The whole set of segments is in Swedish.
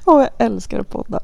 Åh, jag älskar att podda.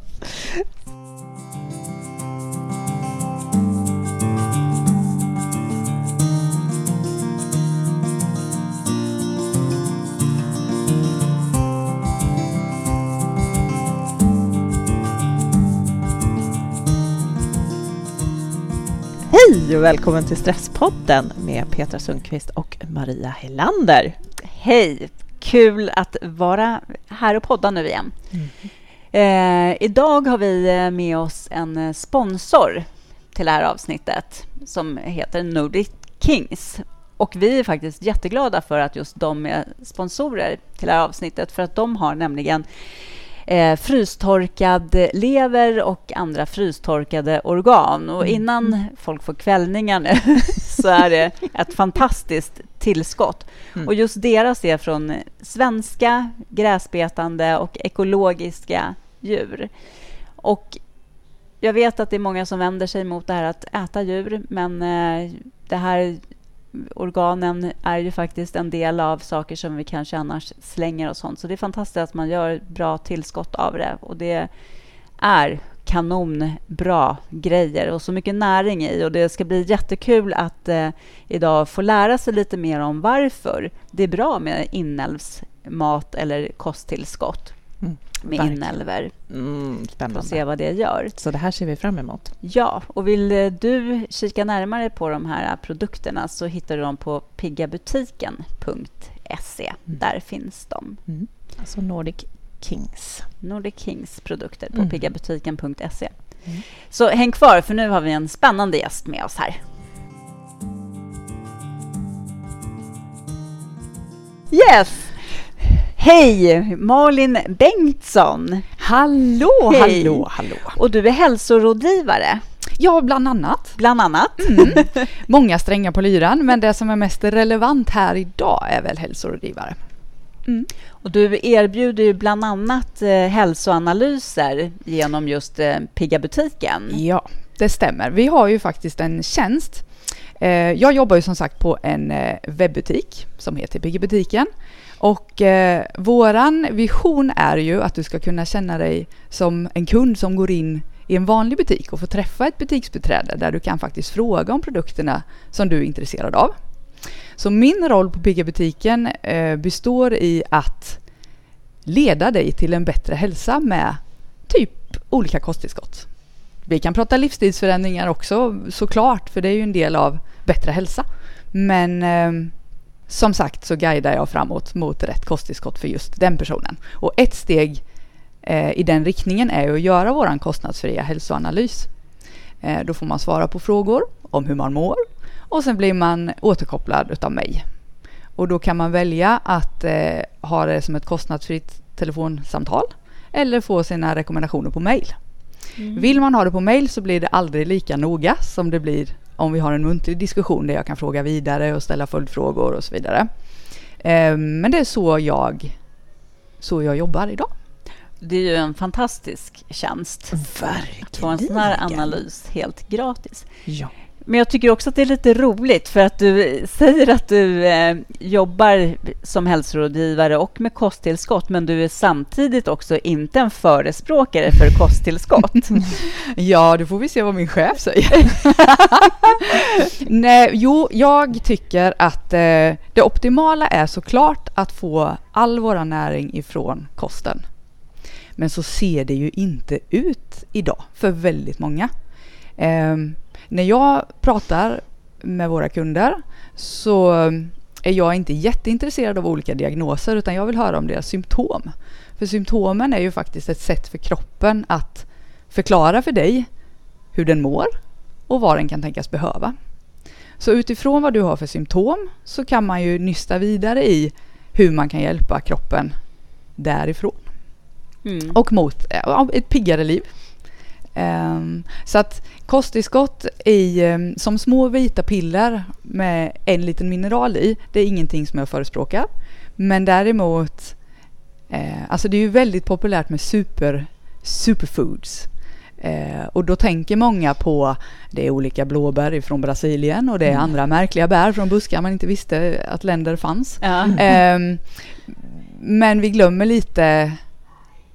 Hej och välkommen till Stresspodden med Petra Sundqvist och Maria Helander. Hej, kul att vara här och podda nu igen. Idag har vi med oss en sponsor till det här avsnittet som heter Nordic Kings. Och vi är faktiskt jätteglada för att just de är sponsorer till det här avsnittet, för att de har nämligen frystorkad lever och andra frystorkade organ. Och innan folk får kvällningar nu så är det ett fantastiskt tillskott. Och just deras är från svenska, gräsbetande och ekologiska djur. Och jag vet att det är många som vänder sig mot det här att äta djur, men det här organen är ju faktiskt en del av saker som vi kanske annars slänger och sånt. Så det är fantastiskt att man gör bra tillskott av det. Och det är kanonbra grejer och så mycket näring i. Och det ska bli jättekul att idag få lära sig lite mer om varför det är bra med inälvsmat eller kosttillskott med inälvor. Spännande. Och se vad det gör. Så det här ser vi fram emot. Ja, och vill du kika närmare på de här produkterna så hittar du dem på piggabutiken.se. Där finns de. Alltså Nordic Kings. Nordic Kings produkter på piggabutiken.se. Så häng kvar, för nu har vi en spännande gäst med oss här. Yes! Hej, Malin Bengtsson. Hallå, Hej. hallå. Och du är hälsorådgivare. Ja, bland annat. Många strängar på lyran, men det som är mest relevant här idag är väl hälsorådgivare. Och du erbjuder ju bland annat hälsoanalyser genom just Piggabutiken. Ja, det stämmer. Vi har ju faktiskt en tjänst. Jag jobbar ju som sagt på en webbutik som heter Piggabutiken. Och våran vision är ju att du ska kunna känna dig som en kund som går in i en vanlig butik och får träffa ett butiksbiträde där du kan faktiskt fråga om produkterna som du är intresserad av. Så min roll på Piggabutiken består i att leda dig till en bättre hälsa med typ olika kosttillskott. Vi kan prata livsstilsförändringar också såklart, för det är ju en del av bättre hälsa. Men som sagt så guidar jag framåt mot rätt kosttillskott för just den personen. Och ett steg i den riktningen är ju att göra våran kostnadsfria hälsoanalys. Då får man svara på frågor om hur man mår och sen blir man återkopplad utav mig. Och då kan man välja att ha det som ett kostnadsfritt telefonsamtal eller få sina rekommendationer på mejl. Vill man ha det på mejl så blir det aldrig lika noga som det blir om vi har en muntlig diskussion där jag kan fråga vidare och ställa följdfrågor och så vidare. Men det är så jag jobbar idag. Det är ju en fantastisk tjänst. Verkligen. Att få en sån här analys helt gratis. Ja. Men jag tycker också att det är lite roligt för att du säger att du jobbar som hälsorådgivare och med kosttillskott, men du är samtidigt också inte en förespråkare för kosttillskott. Ja, då får vi se vad min chef säger. Nej, jag tycker att det optimala är såklart att få all våra näring ifrån kosten. Men så ser det ju inte ut idag för väldigt många. När jag pratar med våra kunder så är jag inte jätteintresserad av olika diagnoser, utan jag vill höra om deras symptom. För symptomen är ju faktiskt ett sätt för kroppen att förklara för dig hur den mår och vad den kan tänkas behöva. Så utifrån vad du har för symptom så kan man ju nysta vidare i hur man kan hjälpa kroppen därifrån. Och mot ett piggare liv. Så att kosttillskott som små vita piller med en liten mineral i, det är ingenting som jag förespråkar. Men däremot, alltså det är ju väldigt populärt med superfoods. Och då tänker många på det är olika blåbär från Brasilien och det är andra märkliga bär från buskar man inte visste att länder fanns. Ja. Men vi glömmer lite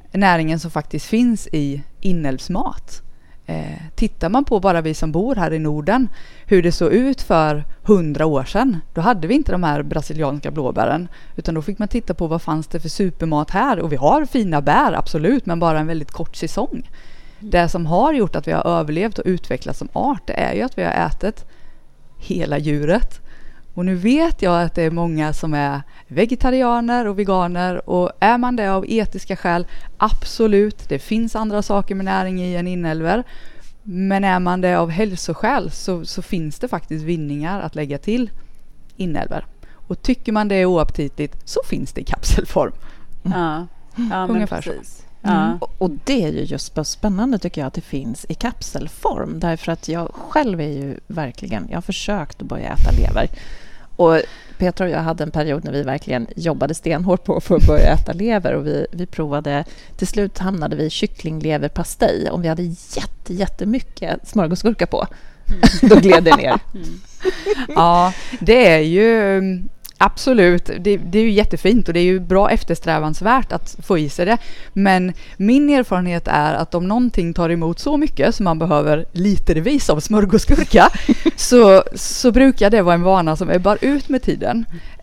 näringen som faktiskt finns i inälvsmat. Tittar man på bara vi som bor här i Norden, hur det såg ut för 100 år sedan, då hade vi inte de här brasilianska blåbären, utan då fick man titta på vad fanns det för supermat här, och vi har fina bär, absolut, men bara en väldigt kort säsong. Det som har gjort att vi har överlevt och utvecklats som art, det är ju att vi har ätit hela djuret. Och nu vet jag att det är många som är vegetarianer och veganer, och är man det av etiska skäl, absolut, det finns andra saker med näring i än inälvor. Men är man det av hälsoskäl så finns det faktiskt vinningar att lägga till inälvor. Och tycker man det är oaptitligt så finns det i kapselform. Ja, men precis. Och det är ju just så spännande tycker jag att det finns i kapselform, därför att jag själv är ju verkligen, jag har försökt att börja äta lever, och Petra och jag hade en period när vi verkligen jobbade stenhårt på för att börja äta lever, och vi provade, till slut hamnade vi i kycklingleverpastej, om vi hade jättemycket smörgåsgurka på, då gled det ner. Ja, det är ju absolut, det är ju jättefint och det är ju bra eftersträvansvärt att få i sig det. Men min erfarenhet är att om någonting tar emot så mycket som man behöver litervis av smörgåsgurka så brukar det vara en vana som ebbar ut med tiden.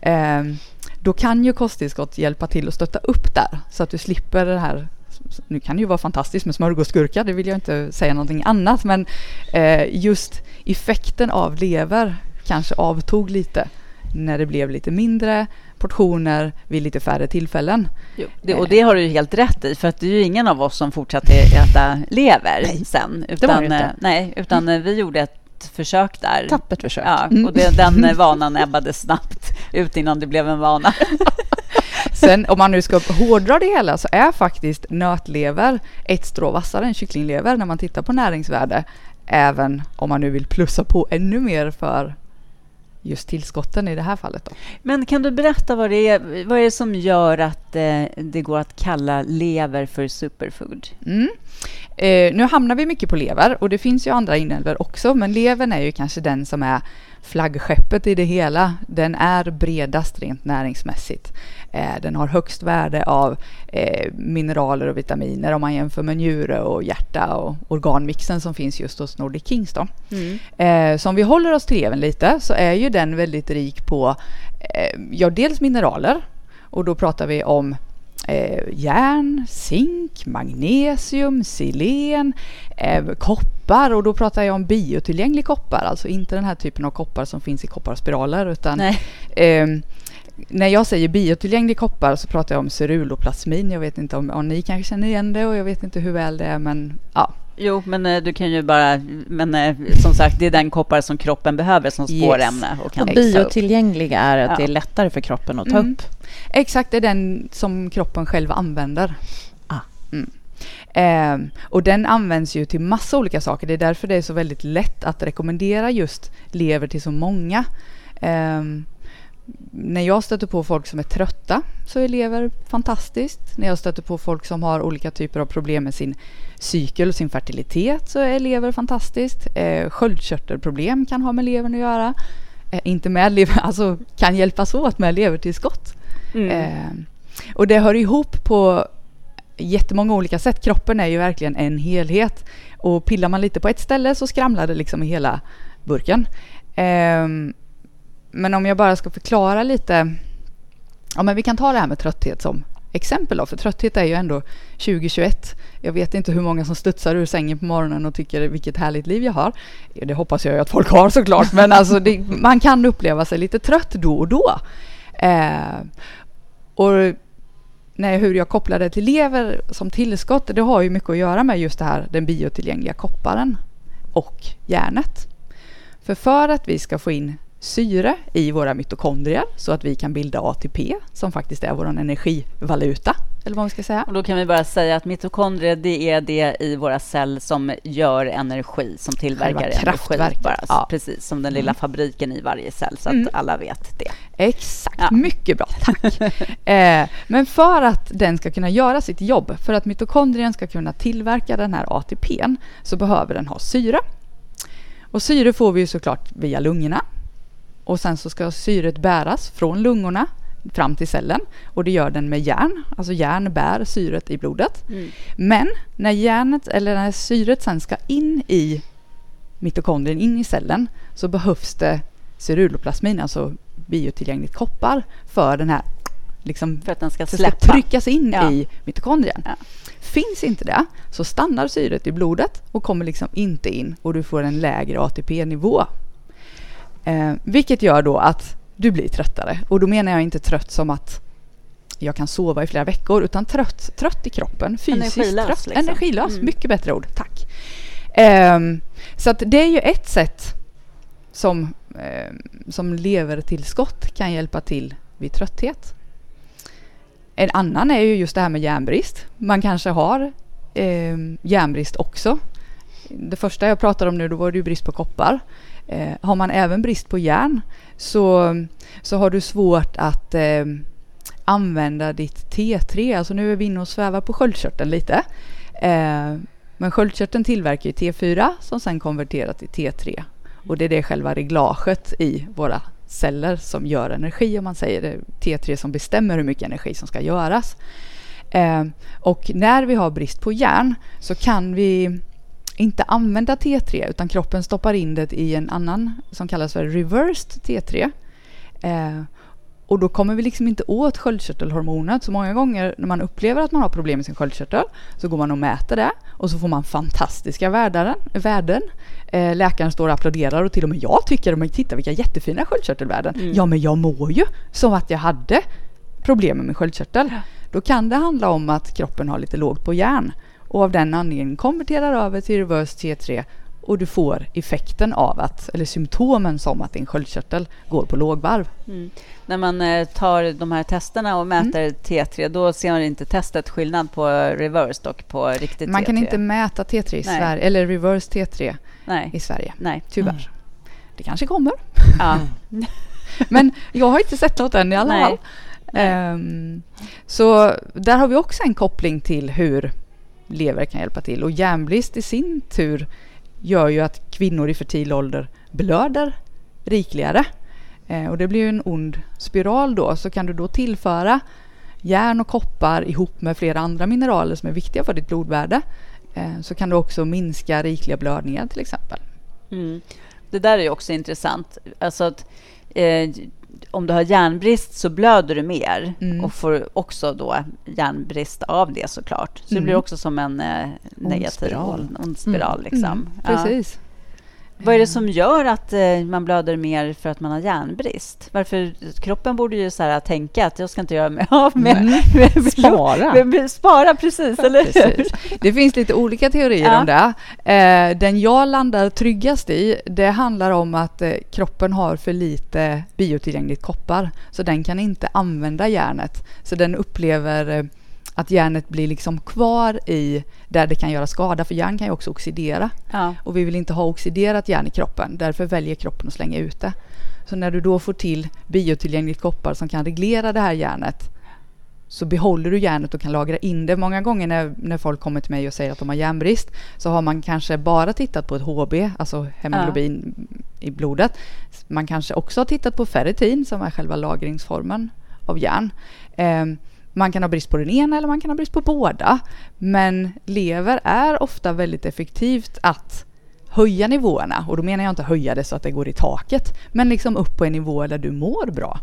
Då kan ju kosttillskott hjälpa till att stötta upp där så att du slipper det här. Nu kan det ju vara fantastiskt med smörgåsgurka, det vill jag inte säga någonting annat, men just effekten av lever kanske avtog lite när det blev lite mindre portioner vid lite färre tillfällen. Jo, och det har du ju helt rätt i, för att det är ju ingen av oss som fortsatte äta lever sen. Utan vi gjorde ett försök där. Tappert försök. Ja, och den vanan ebbade snabbt ut innan det blev en vana. Sen om man nu ska hårdra det hela så är faktiskt nötlever ett strå vassare än kycklinglever när man tittar på näringsvärde. Även om man nu vill plussa på ännu mer för just tillskotten i det här fallet då. Men kan du berätta vad det är som gör att det går att kalla lever för superfood? Nu hamnar vi mycket på lever och det finns ju andra inälvor också, men levern är ju kanske den som är flaggskeppet i det hela. Den är bredast rent näringsmässigt. Den har högst värde av mineraler och vitaminer om man jämför med njure och hjärta och organmixen som finns just hos Nordic Kings då. Så om vi håller oss till levern lite så är ju den väldigt rik på dels mineraler, och då pratar vi om järn, zink, magnesium, selen, koppar, och då pratar jag om biotillgänglig koppar, alltså inte den här typen av koppar som finns i kopparspiraler, utan när jag säger biotillgänglig koppar så pratar jag om ceruloplasmin. Jag vet inte om ni kanske känner igen det, och jag vet inte hur väl det är, men ja. Jo, men du kan ju bara, som sagt, det är den koppar som kroppen behöver som spårämne. Och biotillgängliga är att det är lättare för kroppen att ta upp. Exakt, det är den som kroppen själv använder. Och den används ju till massa olika saker. Det är därför det är så väldigt lätt att rekommendera just lever till så många. När jag stöter på folk som är trötta så är lever fantastiskt. När jag stöter på folk som har olika typer av problem med sin cykel och sin fertilitet så är lever fantastiskt. Sköldkörtelproblem kan ha med levern att göra. Inte med lever, alltså kan hjälpas åt med levertillskott. Och det hör ihop på jättemånga olika sätt. Kroppen är ju verkligen en helhet. Och pillar man lite på ett ställe så skramlar det liksom i hela burken. Men om jag bara ska förklara lite, men vi kan ta det här med trötthet som exempel då, för trötthet är ju ändå 2021. Jag vet inte hur många som studsar ur sängen på morgonen och tycker vilket härligt liv jag har. Det hoppas jag ju att folk har såklart, men alltså man kan uppleva sig lite trött då och då. Och hur jag kopplar det till lever som tillskott, det har ju mycket att göra med just det här, den biotillgängliga kopparen och järnet. För att vi ska få in syre i våra mitokondrier så att vi kan bilda ATP som faktiskt är vår energivaluta, eller vad man ska säga. Och då kan vi bara säga att mitokondrier, det är det i våra celler som gör energi, som tillverkar energi. Bara, precis som den lilla fabriken i varje cell, så att alla vet det. Exakt, mycket bra, tack. Men för att den ska kunna göra sitt jobb, för att mitokondrien ska kunna tillverka den här ATP:n, så behöver den ha syre. Och syre får vi ju såklart via lungorna. Och sen så ska syret bäras från lungorna fram till cellen, och det gör den med järn. Alltså järn bär syret i blodet. Men när järnet eller när syret sen ska in i mitokondrien, in i cellen, så behövs det ceruloplasmin, alltså biotillgängligt koppar, för den här liksom, för att den ska släppa. Ska tryckas in i mitokondrien. Ja. Finns inte det, så stannar syret i blodet och kommer liksom inte in, och du får en lägre ATP-nivå. Vilket gör då att du blir tröttare. Och då menar jag inte trött som att jag kan sova i flera veckor, utan trött i kroppen, fysiskt energilös, trött. liksom. Energilös, mycket bättre ord, tack. Så att det är ju ett sätt som levertillskott kan hjälpa till vid trötthet. En annan är ju just det här med järnbrist. Man kanske har järnbrist också. Det första jag pratade om nu, då var det ju brist på koppar. Har man även brist på järn, så har du svårt att använda ditt T3. Alltså nu är vi inne och svävar på sköldkörteln lite. Men sköldkörteln tillverkar ju T4 som sen konverterar till T3. Och det är det själva reglaget i våra celler som gör energi, om man säger det. T3 som bestämmer hur mycket energi som ska göras. Och när vi har brist på järn så kan vi inte använda T3, utan kroppen stoppar in det i en annan som kallas för reversed T3. Och då kommer vi liksom inte åt sköldkörtelhormonet. Så många gånger när man upplever att man har problem med sin sköldkörtel, så går man och mäter det, och så får man fantastiska värden. Läkaren står och applåderar, och till och med jag tycker, men titta vilka jättefina sköldkörtelvärden. Ja, men jag mår ju som att jag hade problem med min sköldkörtel. Då kan det handla om att kroppen har lite lågt på järn, och av den anledningen konverterar över till reverse T3, och du får effekten av att, eller symptomen som att din sköldkörtel går på lågvarv. När man tar de här testerna och mäter T3, då ser man inte testet skillnad på reverse och på riktigt T3. Man kan inte mäta T3 i Sverige, eller reverse T3 i Sverige. Nej. Tyvärr. Det kanske kommer. Ja. Men jag har inte sett något än i alla fall. Så där har vi också en koppling till hur lever kan hjälpa till. Och järnbrist i sin tur gör ju att kvinnor i fertil ålder blöder rikligare. Och det blir ju en ond spiral då. Så kan du då tillföra järn och koppar ihop med flera andra mineraler som är viktiga för ditt blodvärde, så kan du också minska rikliga blödningar till exempel. Det där är ju också intressant. Alltså att om du har järnbrist så blöder du mer och får också då järnbrist av det såklart. Så det blir också som en negativ ond spiral. Liksom. Precis. Vad är det som gör att man blöder mer för att man har järnbrist? Varför kroppen borde ju så här tänka att jag ska inte göra mig av med spara precis, eller hur? Det finns lite olika teorier om det. Den jag landar tryggast i, det handlar om att kroppen har för lite biotillgängligt koppar, så den kan inte använda järnet. Så den upplever att järnet blir liksom kvar i där det kan göra skada, för järn kan ju också oxidera. Och vi vill inte ha oxiderat järn i kroppen, därför väljer kroppen att slänga ut det. Så när du då får till biotillgängligt koppar som kan reglera det här järnet, så behåller du järnet och kan lagra in det. Många gånger när folk kommer till mig och säger att de har järnbrist, så har man kanske bara tittat på ett HB, alltså hemoglobin i blodet. Man kanske också har tittat på ferritin som är själva lagringsformen av järn. Man kan ha brist på den ena eller man kan ha brist på båda. Men lever är ofta väldigt effektivt att höja nivåerna. Och då menar jag inte höja det så att det går i taket, men liksom upp på en nivå där du mår bra.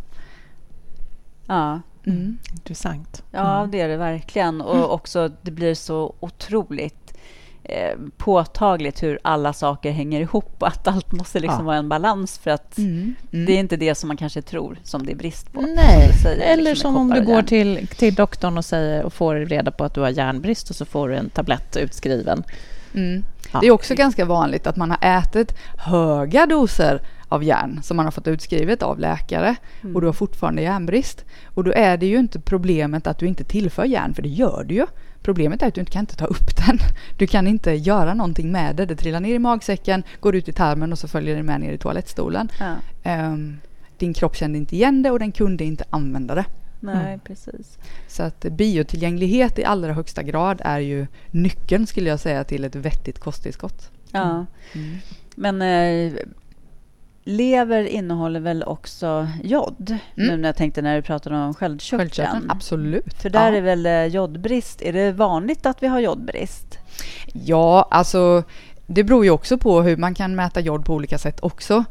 Intressant. Ja, det är det verkligen. Och också det blir så otroligt påtagligt hur alla saker hänger ihop och att allt måste liksom vara en balans, för att det är inte det som man kanske tror som det är brist på. Nej, eller liksom som om du går till doktorn och säger och får reda på att du har järnbrist, och så får du en tablett utskriven. Det är också ganska vanligt att man har ätit höga doser av järn som man har fått utskrivet av läkare, och du har fortfarande järnbrist. Och då är det ju inte problemet att du inte tillför järn, för det gör du ju. Problemet är att du inte kan ta upp den. Du kan inte göra någonting med det. Det trillar ner i magsäcken, går ut i tarmen och så följer det med ner i toalettstolen. Din kropp kände inte igen det och den kunde inte använda det. Nej, precis. Så att biotillgänglighet i allra högsta grad är ju nyckeln, skulle jag säga, till ett vettigt kosttillskott. Men lever innehåller väl också jod? Nu när jag tänkte när du pratade om sköldkörteln. Absolut. För där är väl jodbrist. Är det vanligt att vi har jodbrist? Ja, alltså det beror ju också på hur man kan mäta jod på olika sätt också.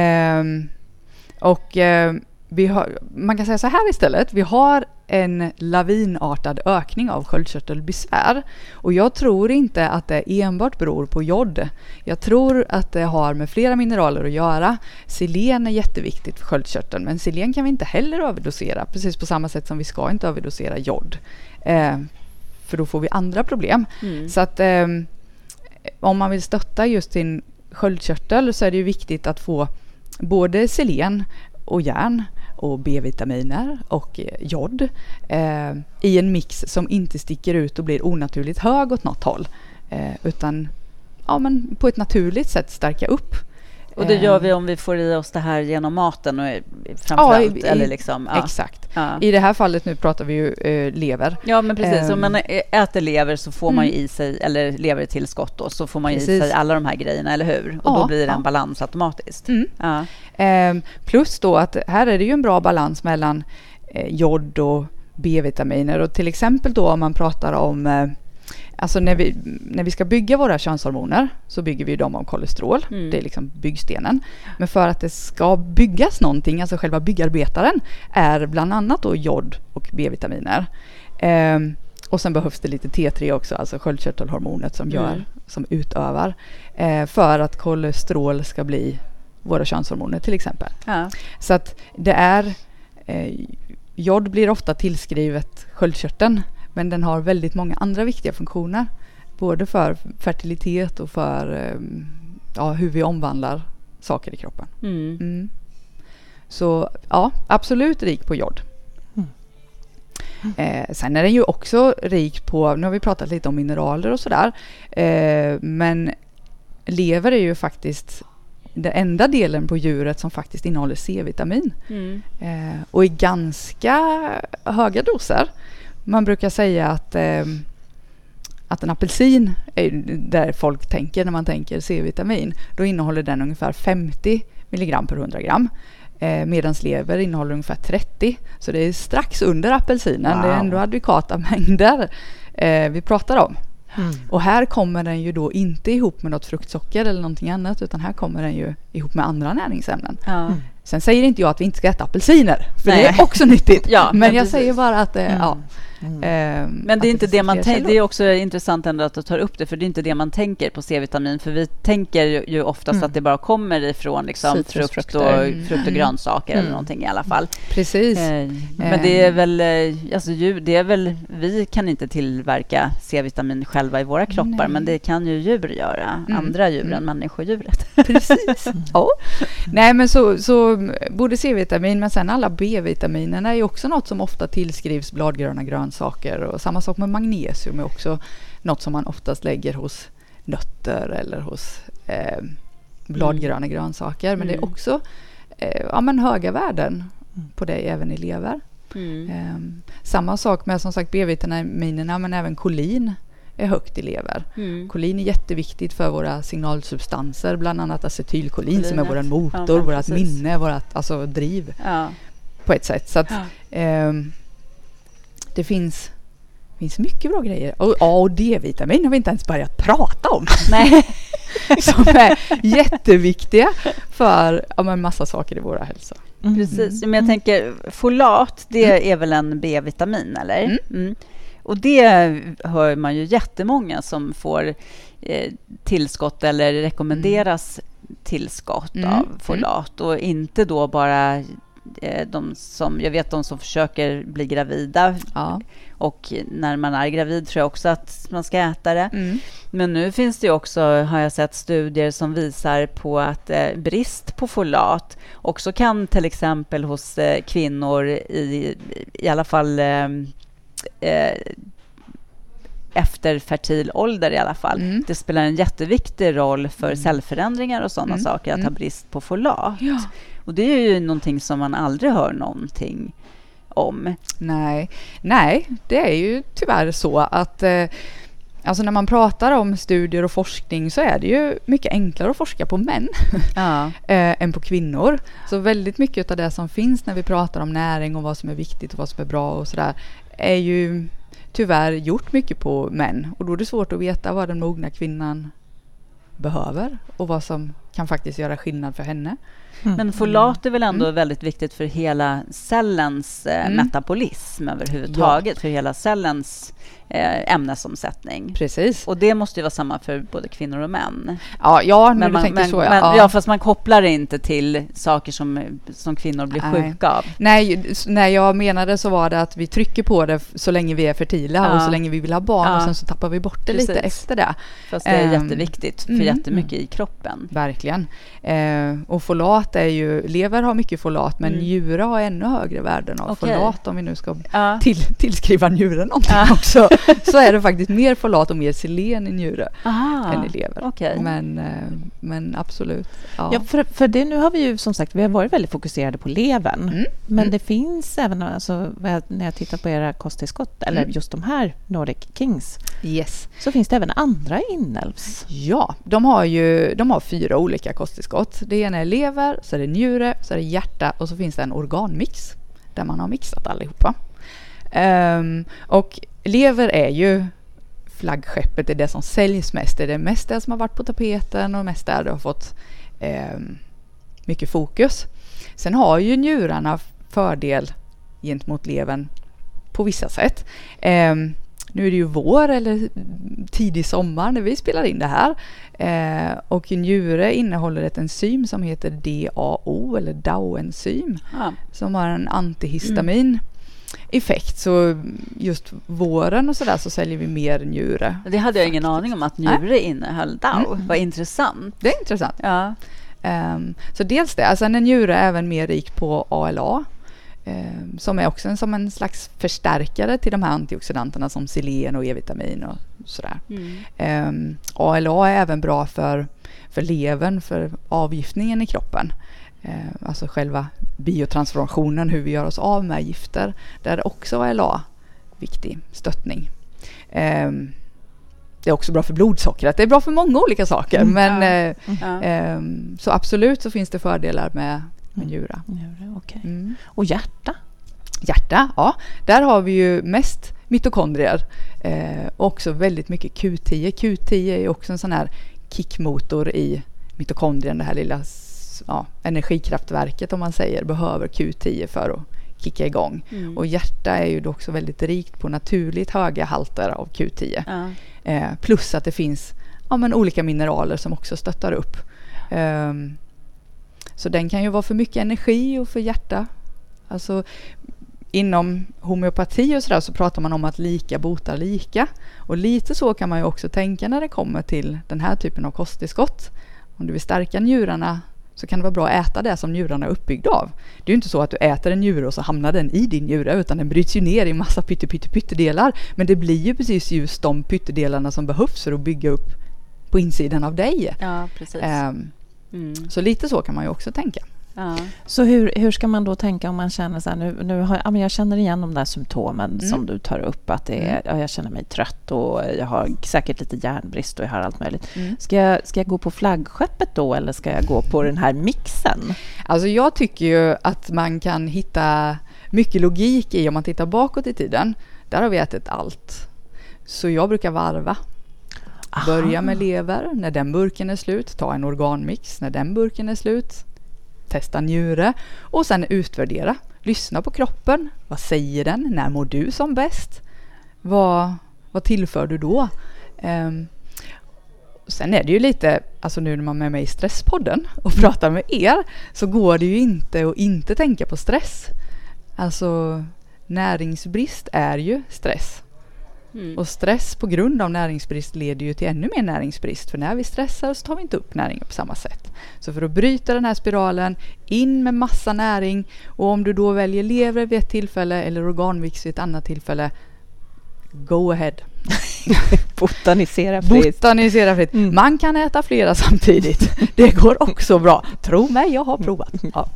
Man kan säga så här istället. Vi har en lavinartad ökning av sköldkörtelbesvär. Och jag tror inte att det enbart beror på jod. Jag tror att det har med flera mineraler att göra. Selen är jätteviktigt för sköldkörteln. Men selen kan vi inte heller överdosera. Precis på samma sätt som vi ska inte överdosera jod. För då får vi andra problem. Så att om man vill stötta just sin sköldkörtel så är det ju viktigt att få både selen och järn och B-vitaminer och jod i en mix som inte sticker ut och blir onaturligt hög åt något håll. Utan men på ett naturligt sätt stärka upp. Och det gör vi om vi får i oss det här genom maten och framförallt. Eller liksom, exakt. Ja. I det här fallet nu pratar vi ju lever. Ja, men precis. Om man äter lever så får man ju i sig, eller levertillskott då, så får man i sig alla de här grejerna, eller hur? Och då blir det en balans automatiskt. Ja. Plus då att här är det ju en bra balans mellan jod och B-vitaminer. Och till exempel då om man pratar om alltså när vi ska bygga våra könshormoner så bygger vi dem av kolesterol. Det är liksom byggstenen. Men för att det ska byggas någonting, alltså själva byggarbetaren, är bland annat då jod och B-vitaminer. Och sen behövs det lite T3 också, alltså sköldkörtelhormonet som utövar för att kolesterol ska bli våra könshormoner till exempel. Ja. Så att det är jod blir ofta tillskrivet sköldkörteln. Men den har väldigt många andra viktiga funktioner. Både för fertilitet och för hur vi omvandlar saker i kroppen. Så ja, absolut rik på jod. Sen är den ju också rik på, nu har vi pratat lite om mineraler och sådär. Men lever är ju faktiskt den enda delen på djuret som faktiskt innehåller C-vitamin. Och i ganska höga doser. Man brukar säga att en apelsin är där folk tänker när man tänker C-vitamin. Då innehåller den ungefär 50 milligram per 100 gram. Medan lever innehåller ungefär 30. Så det är strax under apelsinen. Wow. Det är ändå adekvata mängder vi pratar om. Och här kommer den ju då inte ihop med något fruktsocker eller någonting annat. Utan här kommer den ju ihop med andra näringsämnen. Sen säger inte jag att vi inte ska äta apelsiner. För det är också nyttigt. Men jag säger bara att men det är inte det man tänker. Det är också intressant ändå att du tar upp det, för det är inte det man tänker på C-vitamin, för vi tänker ju oftast att det bara kommer ifrån liksom frukt och grönsaker eller någonting i alla fall. Precis. Men det är väl alltså det är väl, vi kan inte tillverka C-vitamin själva i våra kroppar. Men det kan ju djur göra, andra djur än människodjuret. Precis. Nej, men så både C-vitamin men sen alla B-vitaminerna är också något som ofta tillskrivs bladgröna grönsaker, och samma sak med magnesium är också något som man oftast lägger hos nötter eller hos bladgröna grönsaker, men det är också höga värden på det även i lever. Samma sak med som sagt B-vitaminerna, men även kolin är högt i lever. Kolin är jätteviktigt för våra signalsubstanser, bland annat acetylkolin som är vår motor, vårt minne, vårt driv på ett sätt. Så att det finns mycket bra grejer. Och A och D-vitamin har vi inte ens börjat prata om. Nej. Som är jätteviktiga för en massa saker i våra hälsa. Precis, men jag tänker folat, det är väl en B-vitamin, eller? Och det hör man ju jättemånga som får tillskott eller rekommenderas tillskott av folat. Och inte då bara de som försöker bli gravida. Och när man är gravid tror jag också att man ska äta det. Men nu finns det också, har jag sett studier som visar på att brist på folat också kan till exempel hos kvinnor i alla fall efter fertil ålder i alla fall. Det spelar en jätteviktig roll för cellförändringar och sådana saker att ha brist på folat. Och det är ju någonting som man aldrig hör någonting om. Nej, det är ju tyvärr så att Alltså när man pratar om studier och forskning så är det ju mycket enklare att forska på män än på kvinnor. Så väldigt mycket av det som finns när vi pratar om näring och vad som är viktigt och vad som är bra och sådär är ju tyvärr gjort mycket på män. Och då är det svårt att veta vad den mogna kvinnan behöver och vad som kan faktiskt göra skillnad för henne. Men folat är väl ändå väldigt viktigt för hela cellens metabolism överhuvudtaget, för hela cellens ämnesomsättning. Precis. Och det måste ju vara samma för både kvinnor och män. Ja, men du tänker så. Ja, fast man kopplar det inte till saker som kvinnor blir sjuka av. Nej, när jag menade så var det att vi trycker på det så länge vi är fertila och så länge vi vill ha barn och sen så tappar vi bort det lite efter det. Fast det är jätteviktigt för jättemycket i kroppen. Verkligen. Och folat är ju, lever har mycket folat men njure har ännu högre värden av folat, om vi nu ska tillskriva njuren någonting också. Så är det faktiskt mer folat och mer selen i njure än i lever. Okay. Men absolut. Ja, för det, nu har vi ju som sagt, vi har varit väldigt fokuserade på levern. Men det finns även, alltså, när jag tittar på era kosttillskott, eller just de här Nordic Kings, så finns det även andra inälvs. Ja, de har 4 olika kosttillskott. Det ena är lever, så är det njure, så är det hjärta och så finns det en organmix där man har mixat allihopa. Och lever är ju flaggskeppet, det är det som säljs mest. Det är det mest det som har varit på tapeten och mest där det har fått mycket fokus. Sen har ju njurarna fördel gentemot levern på vissa sätt. Nu är det ju vår eller tidig sommar när vi spelar in det här. Och njure innehåller ett enzym som heter DAO eller DAO-enzym som har en antihistamin effekt. Så just våren och sådär så säljer vi mer njure. Det hade jag ingen aning om att njure innehöll DAO. Vad intressant. Det är intressant. Ja. Så dels det. Alltså en njure är även mer rikt på ALA. Som är också som en slags förstärkare till de här antioxidanterna som selen och E-vitamin och sådär. ALA är även bra för levern, för avgiftningen i kroppen. Alltså själva biotransformationen, hur vi gör oss av med gifter. Där är också ALA viktig stöttning. Det är också bra för blodsockret. Det är bra för många olika saker. Men så absolut så finns det fördelar med njura. Okay. Och hjärta? Hjärta, ja. Där har vi ju mest mitokondrier. Också väldigt mycket Q10. Q10 är också en sån här kickmotor i mitokondrien. Det här lilla energikraftverket, om man säger, behöver Q10 för att kicka igång. Och hjärta är ju då också väldigt rikt på naturligt höga halter av Q10. Plus att det finns olika mineraler som också stöttar upp. Så den kan ju vara för mycket energi och för hjärta. Alltså inom homeopati och sådär så pratar man om att lika botar lika. Och lite så kan man ju också tänka när det kommer till den här typen av kosttillskott. Om du vill stärka njurarna så kan det vara bra att äta det som njurarna är uppbyggda av. Det är ju inte så att du äter en njure och så hamnar den i din njure, utan den bryts ju ner i massa pyttedelar. Men det blir ju precis just de pyttedelarna som behövs för att bygga upp på insidan av dig. Ja, precis. Så lite så kan man ju också tänka. Så hur ska man då tänka om man känner så här, jag känner igen de där symptomen som du tar upp, att det är, jag känner mig trött och jag har säkert lite järnbrist och jag har allt möjligt. Ska jag gå på flaggskeppet då, eller ska jag gå på den här mixen? Alltså jag tycker ju att man kan hitta mycket logik i, om man tittar bakåt i tiden. Där har vi ätit allt. Så jag brukar varva. Börja med lever, när den burken är slut, ta en organmix, när den burken är slut, testa njure och sen utvärdera. Lyssna på kroppen. Vad säger den? När mår du som bäst? Vad tillför du då? Sen är det ju lite, alltså nu när man är med mig i Stresspodden och pratar med er, så går det ju inte att inte tänka på stress. Alltså näringsbrist är ju stress. Och stress på grund av näringsbrist leder ju till ännu mer näringsbrist. För när vi stressar så tar vi inte upp näringen på samma sätt. Så för att bryta den här spiralen, in med massa näring. Och om du då väljer lever vid ett tillfälle eller organmix vid ett annat tillfälle, go ahead. Botanisera fritt. Man kan äta flera samtidigt. Det går också bra. Tro mig, jag har provat. Ja.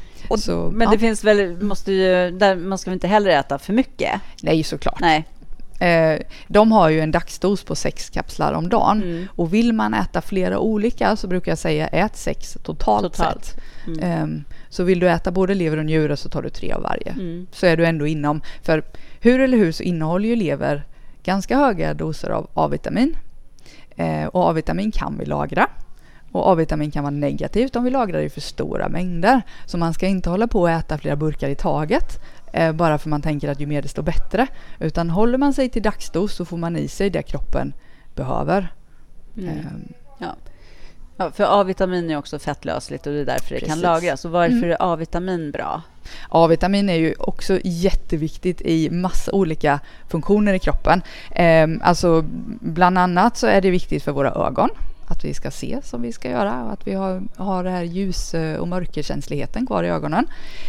Men det finns väl, man ska väl inte heller äta för mycket? Nej, såklart. Nej. De har ju en dagsdos på 6 kapslar om dagen. Och vill man äta flera olika så brukar jag säga ät 6 totalt sett. Så vill du äta både lever och njure så tar du 3 av varje. Så är du ändå inom. För hur eller hur så innehåller ju lever ganska höga doser av A-vitamin. Och A-vitamin kan vi lagra. Och A-vitamin kan vara negativt om vi lagrar i för stora mängder. Så man ska inte hålla på att äta flera burkar i taget. Bara för man tänker att ju mer desto bättre. Utan håller man sig till dagsdos så får man i sig det kroppen behöver. Ja, för A-vitamin är också fettlösligt och det är därför det kan lagras. Och varför är A-vitamin bra? A-vitamin är ju också jätteviktigt i massa olika funktioner i kroppen. Alltså bland annat så är det viktigt för våra ögon. Att vi ska se som vi ska göra och att vi har det här ljus- och mörkerkänsligheten kvar i ögonen.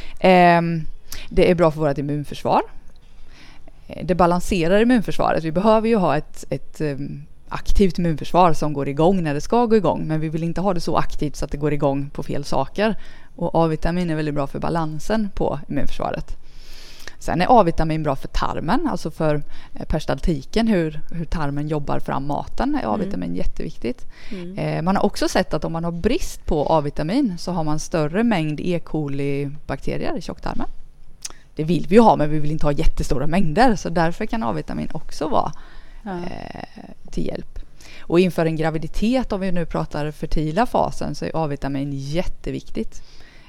Det är bra för vårt immunförsvar. Det balanserar immunförsvaret. Vi behöver ju ha ett aktivt immunförsvar som går igång när det ska gå igång. Men vi vill inte ha det så aktivt så att det går igång på fel saker. Och A-vitamin är väldigt bra för balansen på immunförsvaret. Sen är A-vitamin bra för tarmen, alltså för peristaltiken, hur tarmen jobbar fram maten är A-vitamin jätteviktigt. Man har också sett att om man har brist på A-vitamin så har man större mängd E. coli-bakterier i tjocktarmen. Det vill vi ju ha, men vi vill inte ha jättestora mängder, så därför kan A-vitamin också vara till hjälp. Och inför en graviditet, om vi nu pratar fertila fasen, så är A-vitamin jätteviktigt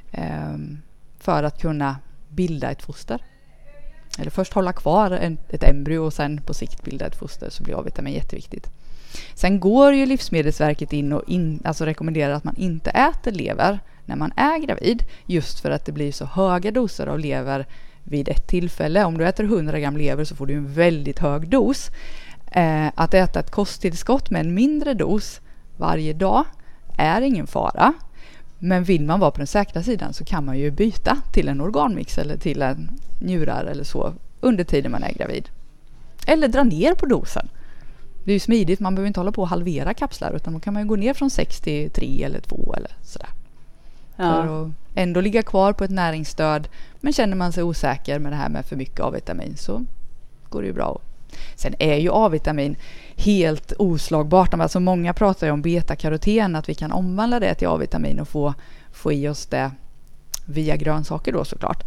för att kunna bilda ett foster. Eller först hålla kvar ett embryo och sen på sikt bilda ett foster, så blir A-vitamin jätteviktigt. Sen går ju Livsmedelsverket in och alltså rekommenderar att man inte äter lever när man är gravid, just för att det blir så höga doser av lever vid ett tillfälle. Om du äter 100 gram lever så får du en väldigt hög dos. Att äta ett kosttillskott med en mindre dos varje dag är ingen fara. Men vill man vara på den säkra sidan så kan man ju byta till en organmix eller till en njurar eller så under tiden man är gravid. Eller dra ner på dosen. Det är ju smidigt, man behöver inte hålla på att halvera kapslar, utan då kan man ju gå ner från 6 till 3 eller 2 eller sådär. För att ändå ligga kvar på ett näringsstöd, men känner man sig osäker med det här med för mycket A-vitamin så går det ju bra. Sen är ju A-vitamin helt oslagbart. Alltså många pratar ju om beta-karoten, att vi kan omvandla det till A-vitamin och få i oss det via grönsaker då såklart.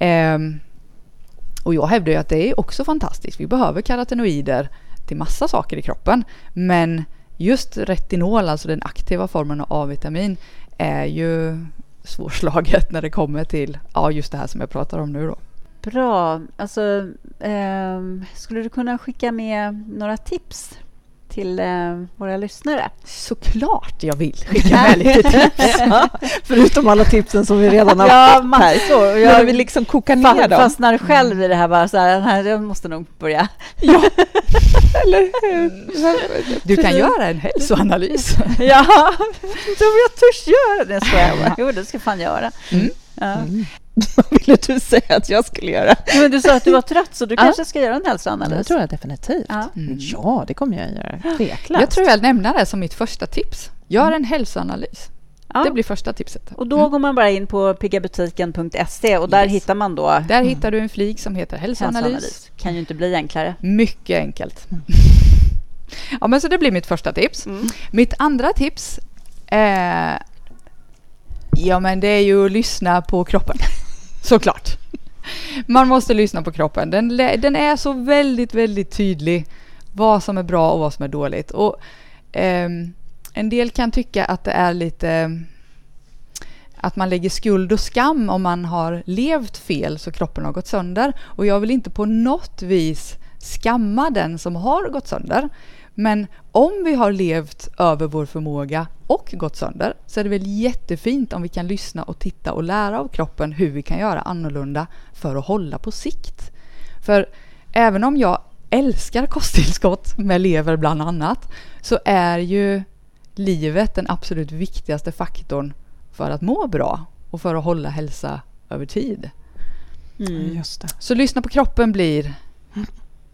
Och jag hävdar ju att det är också fantastiskt. Vi behöver karotenoider till massa saker i kroppen. Men just retinol, alltså den aktiva formen av A-vitamin, är ju svårslaget när det kommer till just det här som jag pratar om nu då. Bra. Alltså, skulle du kunna skicka med några tips till våra lyssnare? Såklart jag vill skicka med lite tips. Förutom alla tipsen som vi redan har fått här. Jag vill liksom koka ner dem. Fastnar själv i det här, bara så här, jag måste nog börja. Ja, eller hur? Du kan göra en hälsoanalys. Ja, jag törs göra det. Ska jag bara. Jo, det ska fan göra. Vad ville du säga att jag skulle göra? Men du sa att du var trött, så du kanske ska göra en hälsoanalys. Det tror jag definitivt. Ja, det kommer jag göra. Tveklöst. Jag tror jag nämner det som mitt första tips. Gör en hälsoanalys. Det blir första tipset. Och då går man bara in på piggabutiken.se och där hittar man då... Där hittar du en flik som heter hälsoanalys. Kan ju inte bli enklare. Mycket enkelt. Ja, men så det blir mitt första tips. Mitt andra tips är... Ja, men det är ju att lyssna på kroppen. Såklart. Man måste lyssna på kroppen. Den är så väldigt, väldigt tydlig vad som är bra och vad som är dåligt. Och en del kan tycka att det är lite... att man lägger skuld och skam om man har levt fel så kroppen har gått sönder. Och jag vill inte på något vis skamma den som har gått sönder. Men om vi har levt över vår förmåga och gått sönder, så är det väl jättefint om vi kan lyssna och titta och lära av kroppen hur vi kan göra annorlunda för att hålla på sikt. För även om jag älskar kosttillskott med lever bland annat, så är ju livet den absolut viktigaste faktorn för att må bra och för att hålla hälsa över tid. Just det. Så lyssna på kroppen blir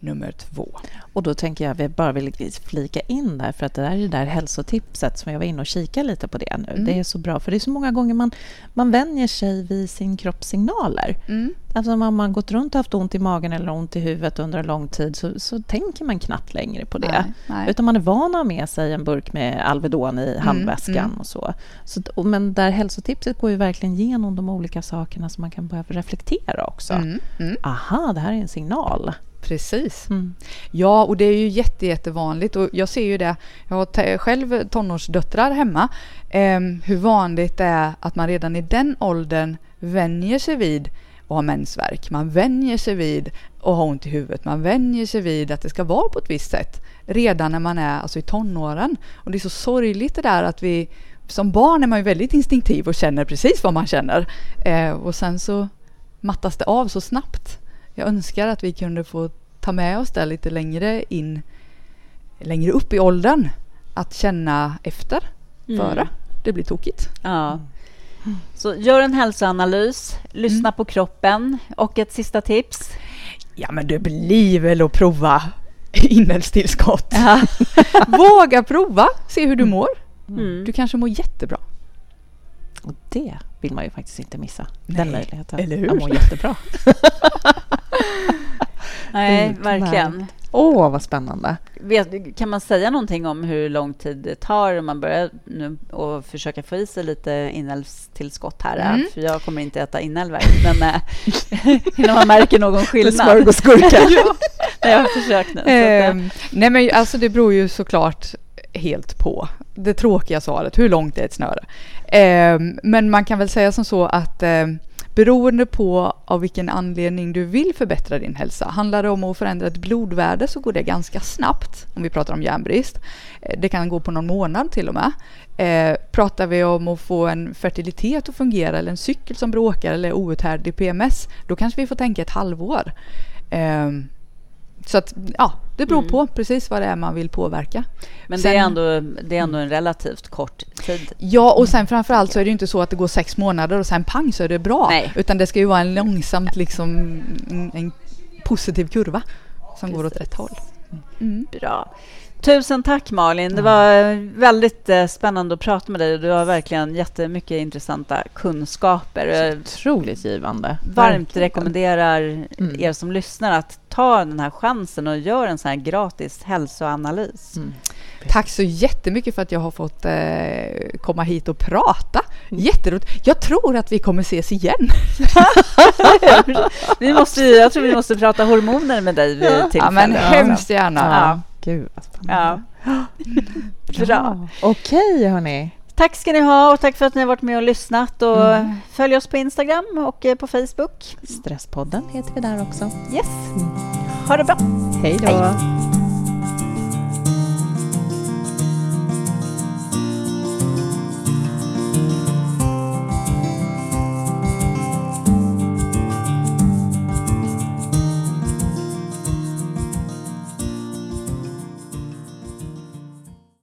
nummer 2. Och då tänker jag att vi bara vill flika in där, för att det där är det där hälsotipset som jag var inne och kika lite på det nu. Det är så bra, för det är så många gånger man vänjer sig vid sin kroppssignaler. Alltså om man gått runt och haft ont i magen eller ont i huvudet under en lång tid så tänker man knappt längre på det. Nej. Utan man är van att ha med sig en burk med Alvedon i handväskan och så. Men där hälsotipset går ju verkligen igenom de olika sakerna som man kan börja reflektera också. Aha, det här är en signal. Precis. Ja, och det är ju jättevanligt, och jag ser ju det. Jag har själv tonårsdöttrar hemma. Hur vanligt det är att man redan i den åldern vänjer sig vid att ha mensvärk. Man vänjer sig vid att ha ont i huvudet. Man vänjer sig vid att det ska vara på ett visst sätt redan när man är alltså i tonåren. Och det är så sorgligt det där att vi som barn är man ju väldigt instinktiv och känner precis vad man känner. Och sen så mattas det av så snabbt. Jag önskar att vi kunde få ta med oss det lite längre upp i åldern. Att känna efter, före. Det blir tokigt. Ja. Så gör en hälsoanalys, lyssna på kroppen, och ett sista tips. Ja, men det blir väl att prova inälvstillskott. Ja. Våga prova, se hur du mår. Du kanske mår jättebra. Och det vill man ju faktiskt inte missa. Den möjligheten. Eller hur? Jag mår jättebra. Nej, verkligen. Vad spännande. Kan man säga någonting om hur lång tid det tar om man börjar nu och försöka få i sig lite inälvstillskott här? För jag kommer inte äta inälvor, men innan man märker någon skillnad. Smörgåsgurka. Jag har försökt nu. Nej, men alltså det beror ju såklart helt på det tråkiga svaret, hur långt är ett snöre. Men man kan väl säga som så att beroende på av vilken anledning du vill förbättra din hälsa. Handlar det om att förändra ett blodvärde så går det ganska snabbt om vi pratar om järnbrist. Det kan gå på någon månad till och med. Pratar vi om att få en fertilitet att fungera eller en cykel som bråkar eller outhärdlig PMS, då kanske vi får tänka ett halvår. Så att, ja, det beror på precis vad det är man vill påverka. Men sen, det är ändå en relativt kort tid. Ja, och sen framförallt så är det ju inte så att det går 6 månader och sen pang så är det bra. Nej. Utan det ska ju vara en långsamt liksom en positiv kurva som går åt rätt håll. Bra. Tusen tack Malin. Det var väldigt spännande att prata med dig. Du har verkligen jättemycket intressanta kunskaper. Så otroligt givande. Varmt rekommenderar er som lyssnar att ta den här chansen och göra en sån här gratis hälsoanalys. Tack så jättemycket för att jag har fått komma hit och prata. Jätteroligt. Jag tror att vi kommer ses igen. Jag tror vi måste prata hormoner med dig vid tillfälle. Ja, men hemskt gärna. Ja. Gud, vad spännande. Bra. Okej, hörni. Tack ska ni ha, och tack för att ni har varit med och lyssnat. Och följ oss på Instagram och på Facebook. Stresspodden heter vi där också. Yes. Ha det bra. Hej då.